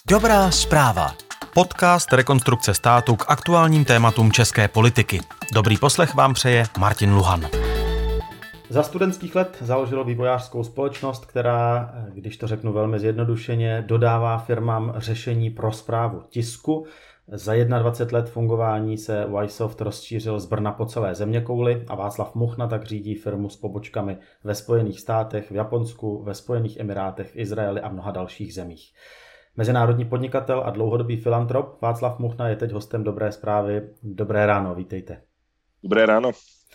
Dobrá zpráva. Podcast Rekonstrukce státu k aktuálním tématům české politiky. Dobrý poslech vám přeje Martin Luhan. Za studentských let založilo vývojářskou společnost, která, když to řeknu velmi zjednodušeně, dodává firmám řešení pro správu tisku. Za 21 let fungování se Vysoft rozšířil z Brna po celé zeměkouli a Václav Muchna tak řídí firmu s pobočkami ve Spojených státech, v Japonsku, ve Spojených Emirátech, v Izraeli a mnoha dalších zemích. Mezinárodní podnikatel a dlouhodobý filantrop Václav Muchna je teď hostem Dobré zprávy. Dobré ráno, vítejte. Dobré ráno.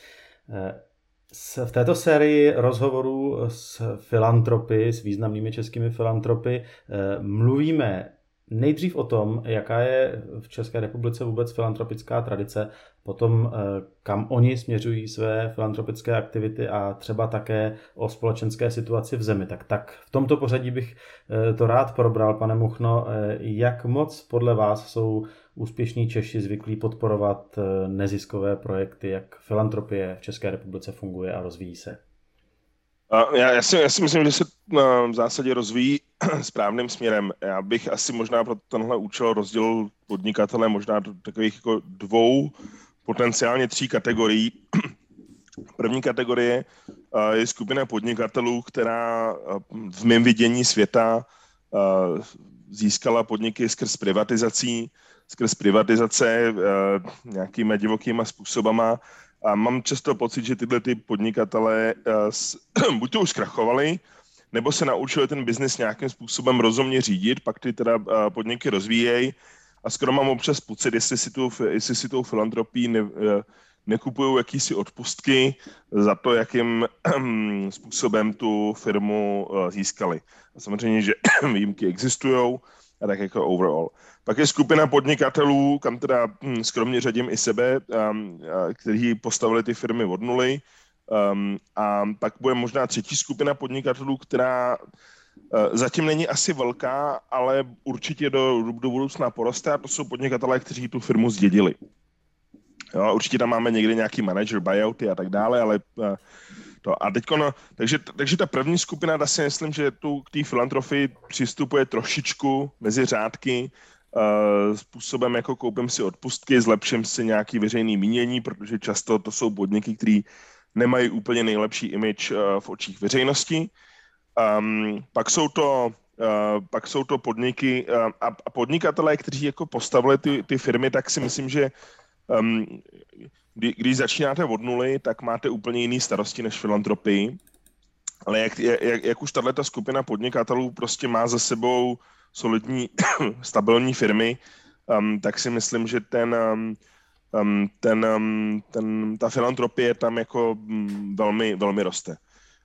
V této sérii rozhovorů s filantropy, s významnými českými filantropy, mluvíme nejdřív o tom, jaká je v České republice vůbec filantropická tradice, potom kam oni směřují své filantropické aktivity a třeba také o společenské situaci v zemi. Tak v tomto pořadí bych to rád probral, pane Muchno. Jak moc podle vás jsou úspěšní Češi zvyklí podporovat neziskové projekty, jak filantropie v České republice funguje a rozvíjí se? Já si myslím, že se v zásadě rozvíjí správným směrem. Já bych asi možná pro tenhle účel rozdělil podnikatele možná do takových jako dvou, potenciálně 3 kategorií. První kategorie je skupina podnikatelů, která v mém vidění světa získala podniky skrz privatizace nějakýma divokýma způsobama. A mám často pocit, že tyhle ty podnikatelé buď to už zkrachovali, nebo se naučili ten biznis nějakým způsobem rozumně řídit, pak ty teda podniky rozvíjejí a skoro mám občas pocit, jestli si tou filantropii nekupují jakýsi odpustky za to, jakým způsobem tu firmu získali. A samozřejmě, že výjimky existují, a tak jako overall. Pak je skupina podnikatelů, kam teda skromně řadím i sebe, kteří postavili ty firmy od nuly. A pak bude možná 3. skupina podnikatelů, která zatím není asi velká, ale určitě do budoucna poroste, a to jsou podnikatelé, kteří tu firmu zdědili. Jo, určitě tam máme někde nějaký manager, buyouty a tak dále, ale to. A teďko, takže ta první skupina, já si myslím, že k té filantropii přistupuje trošičku mezi řádky, způsobem, jako koupím si odpustky, zlepším si nějaký veřejný mínění, protože často to jsou podniky, které nemají úplně nejlepší image v očích veřejnosti. Pak jsou to podniky a podnikatelé, kteří jako postavili ty firmy, tak si myslím, že když začínáte od nuly, tak máte úplně jiný starosti než filantropii. Ale jak už tato skupina podnikatelů prostě má za sebou solidní, stabilní firmy, tak si myslím, že ta filantropie tam jako velmi, velmi roste.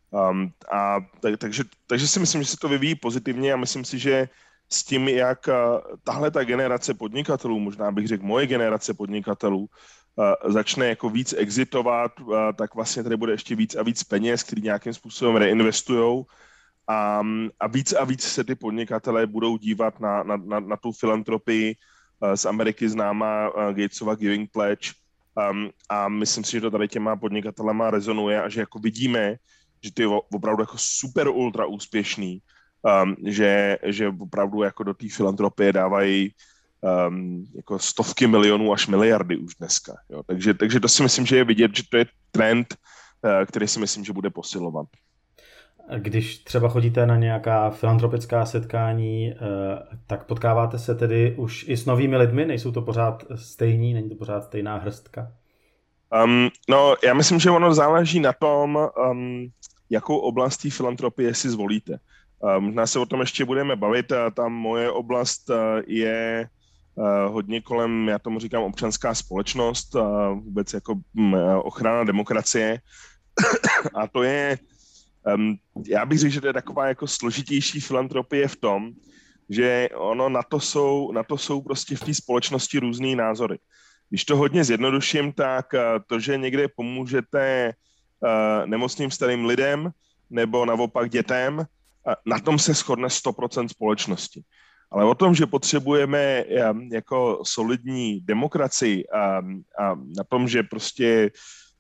Takže si myslím, že se to vyvíjí pozitivně a myslím si, že s tím, jak tahle ta generace podnikatelů, možná bych řekl moje generace podnikatelů, začne jako víc exitovat, tak vlastně tady bude ještě víc a víc peněz, který nějakým způsobem reinvestujou a víc se ty podnikatelé budou dívat na tu filantropii z Ameriky známá Gatesova Giving Pledge a myslím si, že to tady těma podnikatelema rezonuje a že jako vidíme, že ty je opravdu jako super ultra úspěšný, že opravdu jako do té filantropie dávají jako stovky milionů až miliardy už dneska. Jo. Takže to si myslím, že je vidět, že to je trend, který si myslím, že bude posilovat. Když třeba chodíte na nějaká filantropická setkání, tak potkáváte se tedy už i s novými lidmi? Nejsou to pořád stejní? Není to pořád stejná hrstka? No, já myslím, že ono záleží na tom, jakou oblast té filantropie si zvolíte. Možná se o tom ještě budeme bavit. Ta moje oblast je hodně kolem, já tomu říkám, občanská společnost, vůbec jako ochrana demokracie. A to je, já bych řekl, že to je taková jako složitější filantropie v tom, že ono na to jsou prostě v té společnosti různý názory. Když to hodně zjednoduším, tak to, že někde pomůžete nemocným starým lidem nebo naopak dětem, na tom se shodne 100% společnosti. Ale o tom, že potřebujeme jako solidní demokracii a na tom, že prostě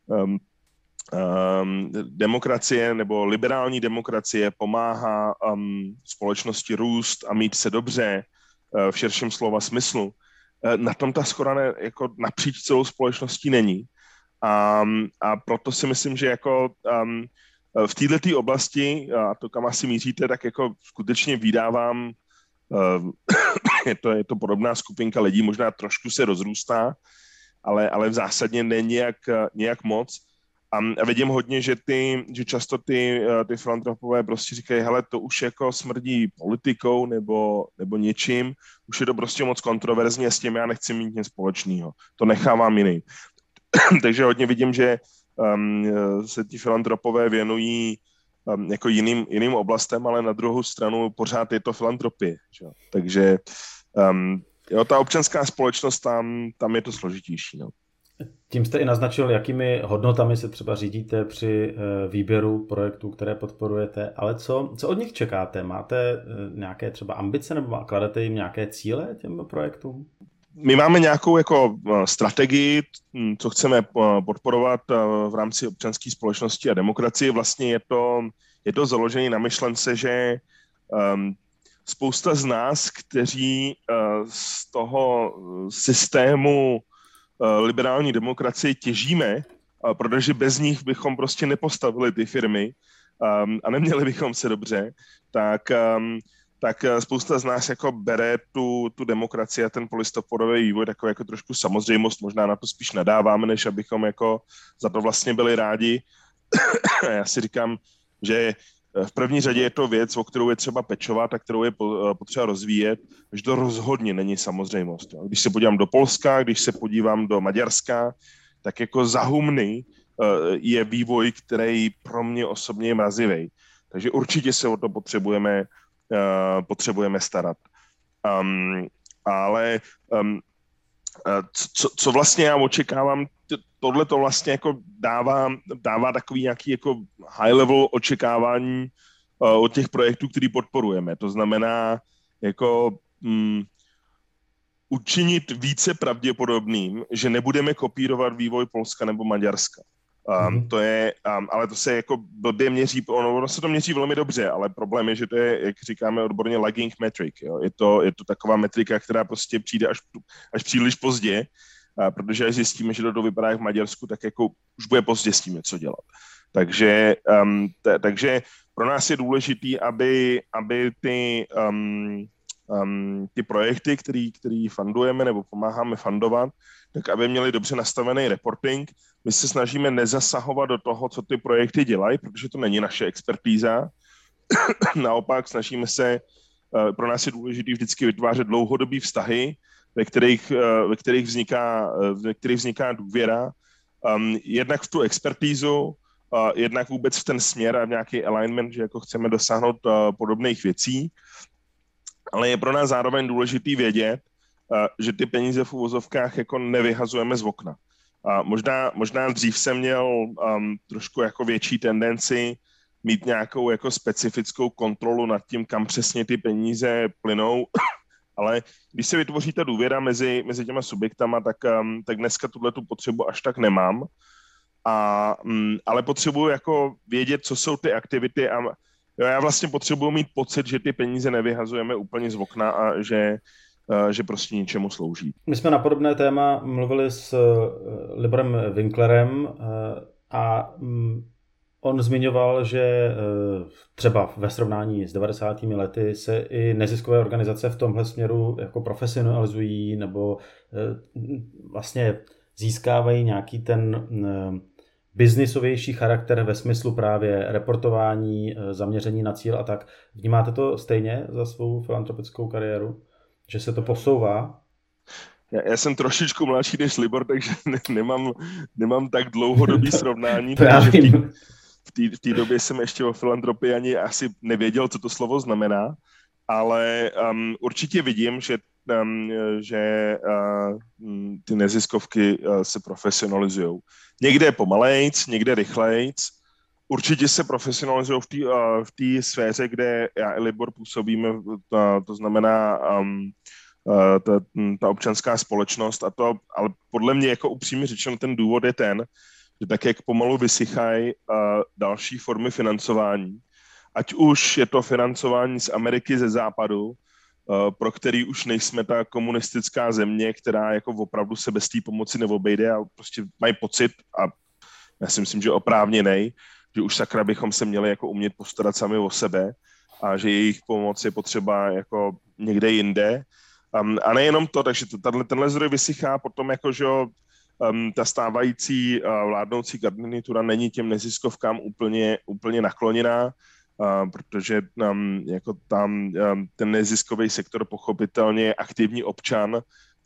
demokracie nebo liberální demokracie pomáhá společnosti růst a mít se dobře v širším slova smyslu. Na tom ta shoda jako napříč celou společností není. A proto si myslím, že jako v této oblasti, a to kam asi míříte, tak jako skutečně vydávám, je to podobná skupinka lidí, možná trošku se rozrůstá, ale v zásadě není nějak moc. A vidím hodně, že často ty filantropové prostě říkají, hele, to už jako smrdí politikou nebo něčím, už je to prostě moc kontroverzní a s tím já nechci mít nic společného. To nechávám jiným. Takže hodně vidím, že se ti filantropové věnují jako jiným oblastem, ale na druhou stranu pořád je to filantropie. Že? Takže ta občanská společnost, tam je to složitější. No. Tím jste i naznačil, jakými hodnotami se třeba řídíte při výběru projektů, které podporujete, ale co od nich čekáte? Máte nějaké třeba ambice nebo kladete jim nějaké cíle těm projektům? My máme nějakou jako strategii, co chceme podporovat v rámci občanské společnosti a demokracie. Vlastně je to založené na myšlence, že spousta z nás, kteří z toho systému liberální demokracie těžíme, protože bez nich bychom prostě nepostavili ty firmy a neměli bychom se dobře, tak spousta z nás jako bere tu demokracii a ten polistopadový vývoj takový jako trošku samozřejmost, možná na to spíš nadáváme, než abychom jako za to vlastně byli rádi. Já si říkám, že v první řadě je to věc, o kterou je třeba pečovat a kterou je potřeba rozvíjet, že to rozhodně není samozřejmost. Když se podívám do Polska, když se podívám do Maďarska, tak jako zahumný je vývoj, který pro mě osobně je mrazivý. Takže určitě se o to potřebujeme starat. Ale co vlastně já očekávám, tohle to vlastně jako dává takový nějaký jako high level očekávání od těch projektů, který podporujeme. To znamená jako učinit více pravděpodobným, že nebudeme kopírovat vývoj Polska nebo Maďarska. To je, ale to se jako blbě měří, ono se to měří velmi dobře, ale problém je, že to je, jak říkáme odborně, lagging metric. Jo? Je to taková metrika, která prostě přijde až příliš pozdě, protože až zjistíme, že to vypadá jak v Maďarsku, tak jako už bude pozdě s tím něco dělat. Takže pro nás je důležitý, aby ty projekty, který fundujeme nebo pomáháme fundovat, tak aby měli dobře nastavený reporting. My se snažíme nezasahovat do toho, co ty projekty dělají, protože to není naše expertíza. Naopak snažíme se, pro nás je důležité vždycky vytvářet dlouhodobý vztahy, ve kterých vzniká důvěra. Jednak v tu expertízu, jednak vůbec v ten směr a v nějaký alignment, že jako chceme dosáhnout podobných věcí. Ale je pro nás zároveň důležitý vědět, že ty peníze v uvozovkách jako nevyhazujeme z okna. Možná dřív jsem měl trošku jako větší tendenci mít nějakou jako specifickou kontrolu nad tím, kam přesně ty peníze plynou, ale když se vytvoří ta důvěra mezi těma subjektama, tak dneska tu potřebu až tak nemám, ale potřebuji jako vědět, co jsou ty aktivity a já vlastně potřebuji mít pocit, že ty peníze nevyhazujeme úplně z okna a že prostě něčemu slouží. My jsme na podobné téma mluvili s Liborem Winklerem a on zmiňoval, že třeba ve srovnání s 90. lety se i neziskové organizace v tomhle směru jako profesionalizují nebo vlastně získávají nějaký ten biznisovější charakter ve smyslu právě reportování, zaměření na cíl a tak. Vnímáte to stejně za svou filantropickou kariéru? Že se to posouvá? Já jsem trošičku mladší než Libor, takže nemám tak dlouhodobý srovnání. V té době jsem ještě o filantropii ani asi nevěděl, co to slovo znamená, ale určitě vidím, že ty neziskovky se profesionalizují. Někde pomalejc, někde rychlejc. Určitě se profesionalizují v té sféře, kde já a Libor působíme, to znamená ta občanská společnost ale podle mě jako upřímně řečeno ten důvod je ten, že tak jak pomalu vysychají další formy financování, ať už je to financování z Ameriky, ze západu, pro který už nejsme ta komunistická země, která jako opravdu se bez té pomoci neobejde a prostě mají pocit, a já si myslím, že oprávněnej, že už sakra bychom se měli jako umět postarat sami o sebe a že jejich pomoc je potřeba jako někde jinde. A nejenom to, takže tenhle zdroj vysychá potom jako, že ta stávající vládnoucí garnitura není těm neziskovkám úplně nakloněná, protože jako tam ten neziskový sektor pochopitelně aktivní občan,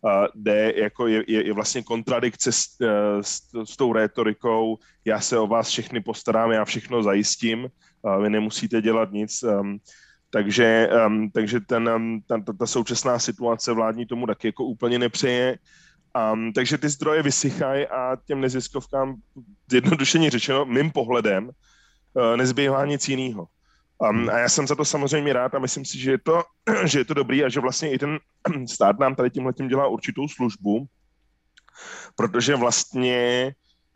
je vlastně kontradikce s tou rétorikou, já se o vás všechny postarám, já všechno zajistím, vy nemusíte dělat nic. Takže ta současná situace vládní tomu taky jako úplně nepřeje. Takže ty zdroje vysychají a těm neziskovkám, zjednodušeně řečeno, mým pohledem, nezbývá nic jiného. A já jsem za to samozřejmě rád a myslím si, že je to dobrý a že vlastně i ten stát nám tady tímhletím dělá určitou službu, protože vlastně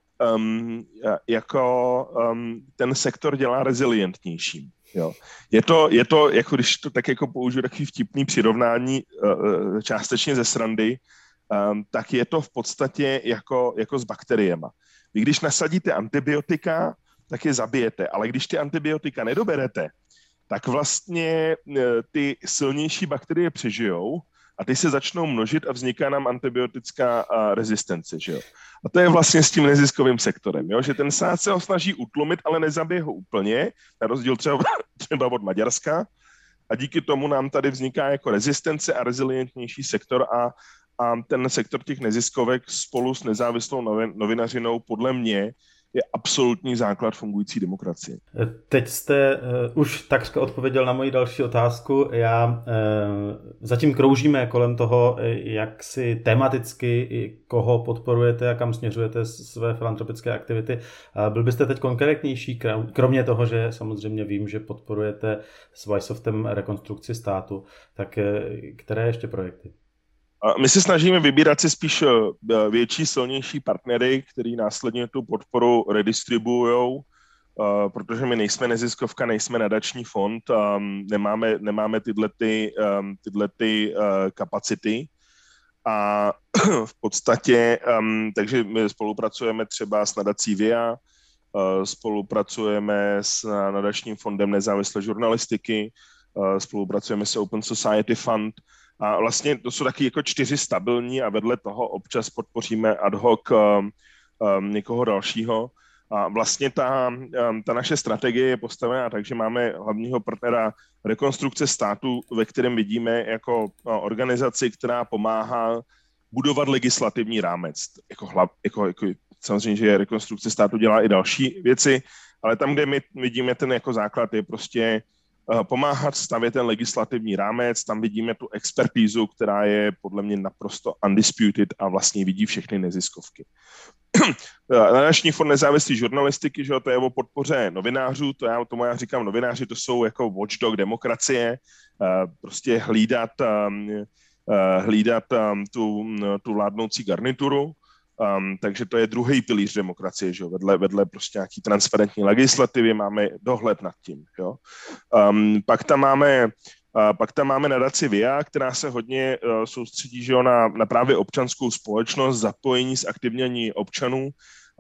ten sektor dělá rezilientnějším. Jo. Je to, jako když to tak jako použiju takový vtipný přirovnání částečně ze srandy, tak je to v podstatě jako s bakteriema. Vy když nasadíte antibiotika, tak je zabijete, ale když ty antibiotika nedoberete, tak vlastně ty silnější bakterie přežijou a ty se začnou množit a vzniká nám antibiotická rezistence. Že jo? A to je vlastně s tím neziskovým sektorem, jo? Že ten stát se ho snaží utlumit, ale nezabije ho úplně, na rozdíl třeba od Maďarska, a díky tomu nám tady vzniká jako rezistence a rezilientnější sektor a ten sektor těch neziskovek spolu s nezávislou novinařinou podle mě je absolutní základ fungující demokracie. Teď jste už takřka odpověděl na moji další otázku. Zatím kroužíme kolem toho, jak si tematicky, koho podporujete a kam směřujete své filantropické aktivity. Byl byste teď konkrétnější, kromě toho, že samozřejmě vím, že podporujete s Weissoftem rekonstrukci státu, tak které ještě projekty? My se snažíme vybírat si spíš větší, silnější partnery, který následně tu podporu redistribujou, protože my nejsme neziskovka, nejsme nadační fond, nemáme tyhle kapacity. A v podstatě, takže my spolupracujeme třeba s nadací VIA, spolupracujeme s nadačním fondem nezávislé žurnalistiky, spolupracujeme s Open Society Fund, a vlastně to jsou taky jako 4 stabilní a vedle toho občas podpoříme ad hoc někoho dalšího. A vlastně ta naše strategie je postavená tak, že máme hlavního partnera Rekonstrukce státu, ve kterém vidíme jako organizaci, která pomáhá budovat legislativní rámec. Samozřejmě, že Rekonstrukce státu dělá i další věci, ale tam, kde my vidíme ten jako základ, je prostě pomáhat stavět ten legislativní rámec, tam vidíme tu expertízu, která je podle mě naprosto undisputed a vlastně vidí všechny neziskovky. Nadační fond nezávislé žurnalistiky, že to je o podpoře novinářů, tomu já říkám, novináři to jsou jako watchdog demokracie, prostě hlídat tu vládnoucí garnituru. Takže to je druhý pilíř demokracie, že jo? Vedle prostě nějaký transparentní legislativy máme dohled nad tím. Jo? Pak tam máme nadaci VIA, která se hodně soustředí, že jo, na právě občanskou společnost, zapojení, zaktivnění občanů a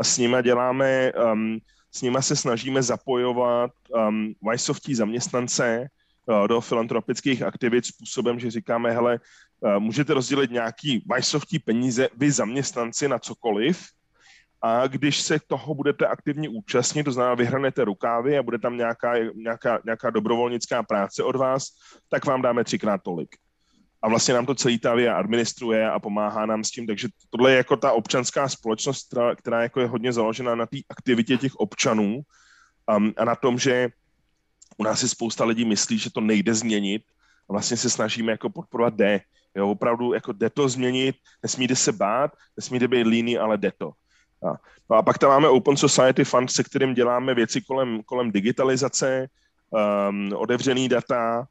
s nima se snažíme zapojovat Weissoftí zaměstnance do filantropických aktivit způsobem, že říkáme, hele, můžete rozdělit nějaký Weissoftí peníze vy zaměstnanci na cokoliv a když se toho budete aktivně účastnit, to znamená vyhranete rukávy a bude tam nějaká dobrovolnická práce od vás, tak vám dáme 3x tolik. A vlastně nám to celý ta VIA administruje a pomáhá nám s tím, takže tohle je jako ta občanská společnost, která jako je hodně založena na té aktivitě těch občanů a na tom, že u nás si spousta lidí myslí, že to nejde změnit a vlastně se snažíme jako podporovat jde. Jo, opravdu jako jde to změnit, nesmíte se bát, nesmíte být líný, ale jde to. No a pak tam máme Open Society Fund, se kterým děláme věci kolem digitalizace, otevřený data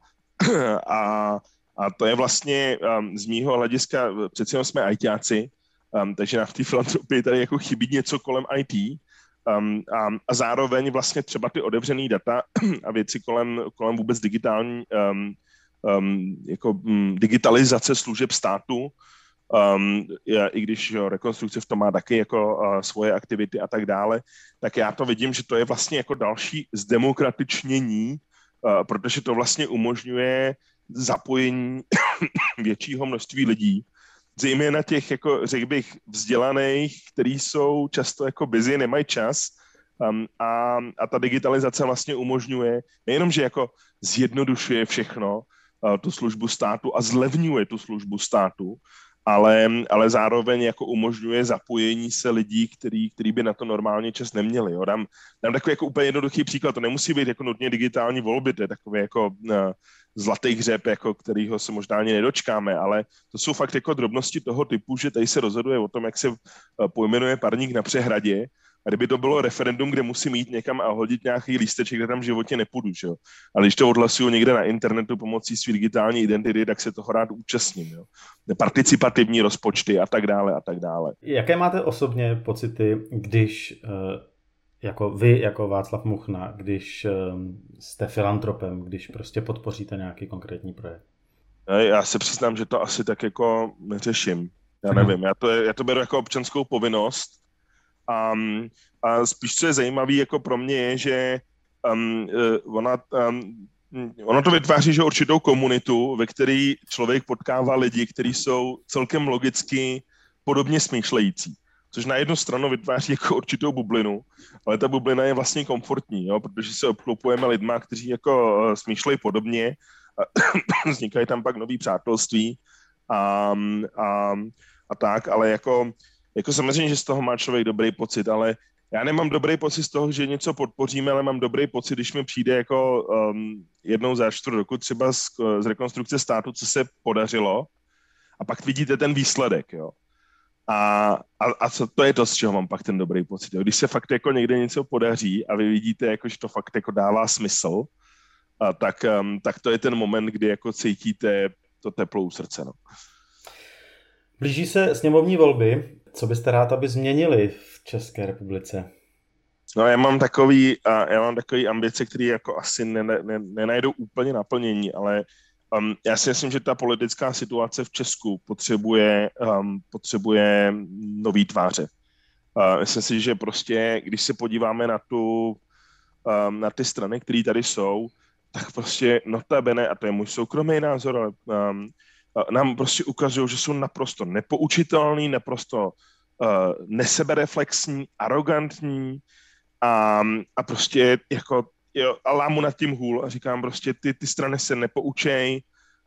a to je vlastně z mýho hlediska, přeci jsme ITáci, takže nám v té filantropii tady jako chybí něco kolem IT a zároveň vlastně třeba ty otevřený data a věci kolem vůbec digitální digitalizace služeb státu, i když rekonstrukce v tom má taky jako svoje aktivity a tak dále, tak já to vidím, že to je vlastně jako další zdemokratičnění, protože to vlastně umožňuje zapojení většího množství lidí, zejména těch, jako řekl bych, vzdělaných, kteří jsou často jako busy, nemají čas, a ta digitalizace vlastně umožňuje nejenom, že jako zjednodušuje všechno, tu službu státu a zlevňuje tu službu státu, ale zároveň jako umožňuje zapojení se lidí, který by na to normálně čas neměli. Jo. Dám takový jako úplně jednoduchý příklad, to nemusí být jako nutně digitální volby, to je takový jako zlatý hřeb, jako kterýho se možná ani nedočkáme, ale to jsou fakt jako drobnosti toho typu, že tady se rozhoduje o tom, jak se pojmenuje parník na přehradě. A kdyby to bylo referendum, kde musím jít někam a hodit nějaký lísteček, kde tam v životě nepůjdu, že jo. Ale když to odhlasuju někde na internetu pomocí své digitální identity, tak se toho rád účastním, jo. Participativní rozpočty a tak dále a tak dále. Jaké máte osobně pocity, když jako vy, jako Václav Muchna, když jste filantropem, když prostě podpoříte nějaký konkrétní projekt? Já se přiznám, že to asi tak jako neřeším. Já nevím, já to beru jako občanskou povinnost. A spíš, co je zajímavé jako pro mě, je, že ono to vytváří že určitou komunitu, ve které člověk potkává lidi, kteří jsou celkem logicky podobně smýšlející. Což na jednu stranu vytváří jako určitou bublinu, ale ta bublina je vlastně komfortní, jo, protože se obklopujeme lidma, kteří jako smýšlejí podobně a vznikají tam pak nový přátelství a tak, ale jako samozřejmě, že z toho má člověk dobrý pocit, ale já nemám dobrý pocit z toho, že něco podpoříme, ale mám dobrý pocit, když mi přijde jako jednou za 4 roku třeba z rekonstrukce státu, co se podařilo, a pak vidíte ten výsledek, jo. A co to je to, z čeho mám pak ten dobrý pocit. Jo. Když se fakt jako někde něco podaří a vy vidíte, jako, že to fakt jako dává smysl, tak to je ten moment, kdy jako cítíte to teplo u srdce. No. Blíží se sněmovní volby. Co byste rád, aby změnili v České republice? No, já mám takový ambice, které jako asi nenajdou úplně naplnění, ale já si myslím, že ta politická situace v Česku potřebuje nový tváře. Myslím si, že prostě, když se podíváme na ty strany, které tady jsou, tak prostě notabene, a to je můj soukromý názor, ale nám prostě ukazují, že jsou naprosto nepoučitelný, naprosto nesebereflexní, arrogantní a prostě jako a lámu nad tím hůl a říkám prostě ty strany se nepoučej,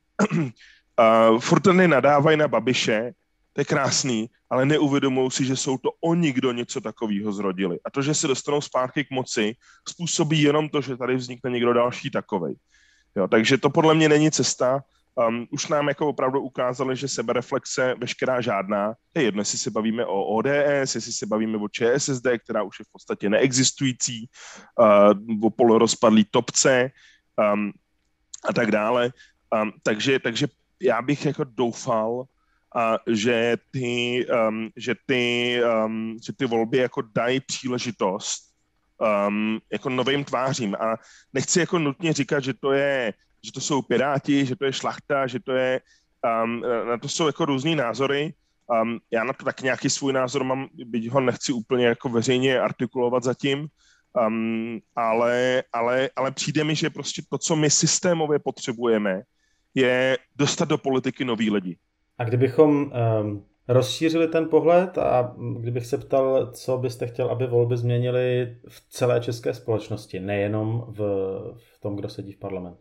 furt tady nadávají na Babiše, to je krásný, ale neuvědomují si, že jsou to oni, kdo něco takového zrodili. A to, že se dostanou zpátky k moci, způsobí jenom to, že tady vznikne někdo další takovej. Jo, takže to podle mě není cesta. Už nám jako opravdu ukázali, že sebereflexe veškerá žádná. Je jedno, jestli se bavíme o ODS, jestli se bavíme o ČSSD, která už je v podstatě neexistující, o polorozpadlý topce a tak dále. Takže já bych jako doufal, že ty volby jako dají příležitost jako novým tvářím. A nechci jako nutně říkat, že to jsou Piráti, že to je Šlachta, že to je, na to jsou jako různý názory. Já na to tak nějaký svůj názor mám, byť ho nechci úplně jako veřejně artikulovat zatím, ale přijde mi, že prostě to, co my systémově potřebujeme, je dostat do politiky nový lidi. A kdybychom rozšířili ten pohled a kdybych se ptal, co byste chtěl, aby volby změnily v celé české společnosti, nejenom v tom, kdo sedí v parlamentu?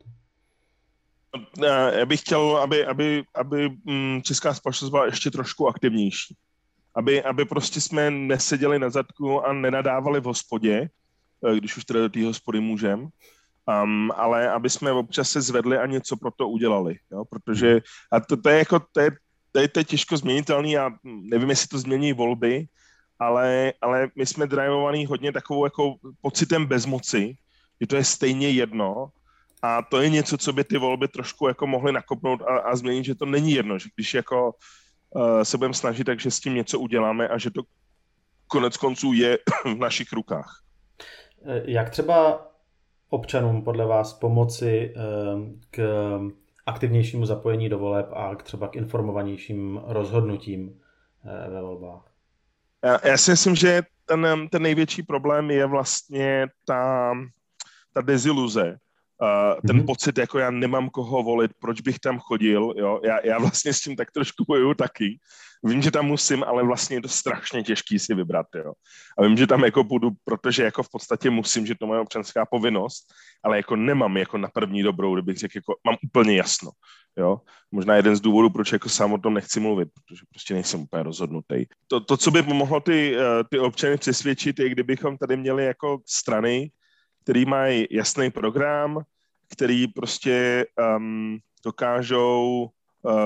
Já bych chtěl, aby česká společnost byla ještě trošku aktivnější. Aby prostě jsme neseděli na zadku a nenadávali v hospodě, když už teda do té hospody můžeme, ale aby jsme občas se zvedli a něco pro to udělali. Jo? Protože a to je těžko změnitelný a nevím, jestli to změní volby, ale my jsme drivovaný hodně takovou jako pocitem bezmoci, že to je stejně jedno. A to je něco, co by ty volby trošku jako mohly nakopnout a změnit, že to není jedno, že když jako se budeme snažit, takže s tím něco uděláme a že to konec konců je v našich rukách. Jak třeba občanům podle vás pomoci k aktivnějšímu zapojení do voleb a třeba k informovanějším rozhodnutím ve volbách? Já si myslím, že ten největší problém je vlastně ta deziluze. Ten pocit, jako já nemám koho volit, proč bych tam chodil, jo? Já vlastně s tím tak trošku bojuju taky. Vím, že tam musím, ale vlastně je to strašně těžký si vybrat, jo. A vím, že tam jako půjdu, protože jako v podstatě musím, že to je moje občanská povinnost, ale jako nemám jako na první dobrou, kdybych řekl, jako mám úplně jasno, jo. Možná jeden z důvodů, proč jako sám o tom nechci mluvit, protože prostě nejsem úplně rozhodnutý. To co by pomohlo ty občany přesvědčit, je kdybychom tady měli jako strany, který mají jasný program, který prostě dokážou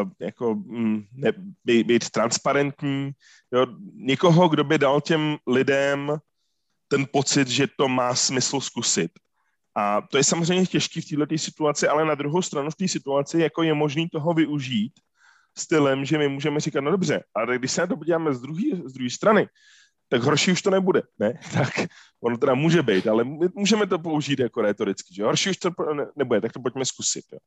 být transparentní. Jo? Někoho, kdo by dal těm lidem ten pocit, že to má smysl zkusit. A to je samozřejmě těžké v této situaci, ale na druhou stranu v té situaci jako je možný toho využít stylem, že my můžeme říkat, no dobře, ale když se na to podíváme z druhé strany, tak horší už to nebude, ne? Tak ono teda může být, ale můžeme to použít jako rétoricky, že horší už to nebude, tak to pojďme zkusit. Jo.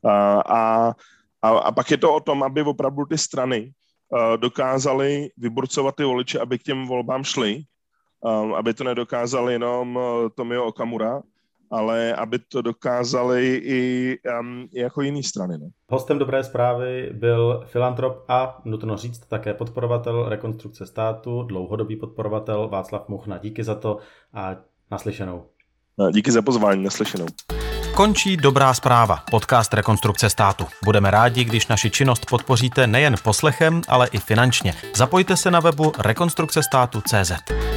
A pak je to o tom, aby opravdu ty strany dokázaly vyburcovat ty voliče, aby k těm volbám šli, aby to nedokázali jenom Tomio Okamura, ale aby to dokázali i jako jiný strany. Ne? Hostem Dobré zprávy byl filantrop a nutno říct také podporovatel Rekonstrukce státu, dlouhodobý podporovatel Václav Muchna. Díky za to a naslyšenou. Díky za pozvání, naslyšenou. Končí Dobrá zpráva, podcast Rekonstrukce státu. Budeme rádi, když naši činnost podpoříte nejen poslechem, ale i finančně. Zapojte se na webu rekonstrukcestátu.cz.